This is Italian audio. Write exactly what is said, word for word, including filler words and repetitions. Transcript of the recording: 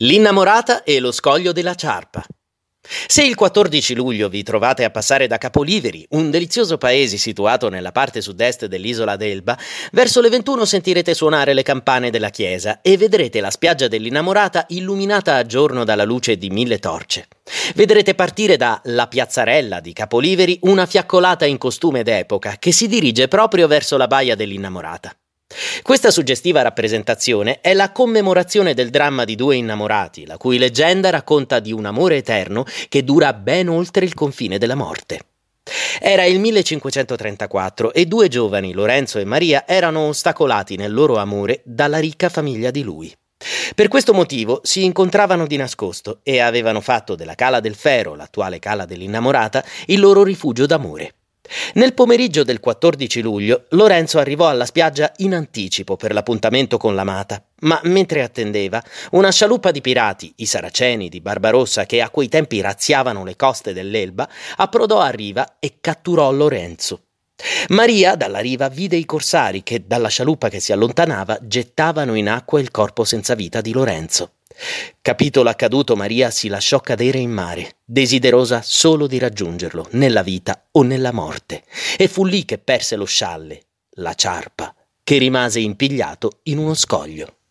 L'innamorata e lo scoglio della Ciarpa. Se il quattordici luglio vi trovate a passare da Capoliveri, un delizioso paese situato nella parte sud-est dell'isola d'Elba, verso le ventuno sentirete suonare le campane della chiesa e vedrete la spiaggia dell'Innamorata illuminata a giorno dalla luce di mille torce. Vedrete partire da La Piazzarella di Capoliveri una fiaccolata in costume d'epoca che si dirige proprio verso la baia dell'Innamorata. Questa suggestiva rappresentazione è la commemorazione del dramma di due innamorati, la cui leggenda racconta di un amore eterno che dura ben oltre il confine della morte. Era il millecinquecentotrentaquattro e due giovani, Lorenzo e Maria, erano ostacolati nel loro amore dalla ricca famiglia di lui. Per questo motivo si incontravano di nascosto e avevano fatto della Cala del Fero, l'attuale Cala dell'Innamorata, il loro rifugio d'amore. Nel pomeriggio del quattordici luglio Lorenzo arrivò alla spiaggia in anticipo per l'appuntamento con l'amata, ma mentre attendeva, una scialuppa di pirati, i Saraceni di Barbarossa, che a quei tempi razziavano le coste dell'Elba, approdò a riva e catturò Lorenzo. Maria dalla riva vide i corsari che dalla scialuppa che si allontanava gettavano in acqua il corpo senza vita di Lorenzo. Capito l'accaduto, Maria si lasciò cadere in mare, desiderosa solo di raggiungerlo, nella vita o nella morte, e fu lì che perse lo scialle, la ciarpa, che rimase impigliato in uno scoglio.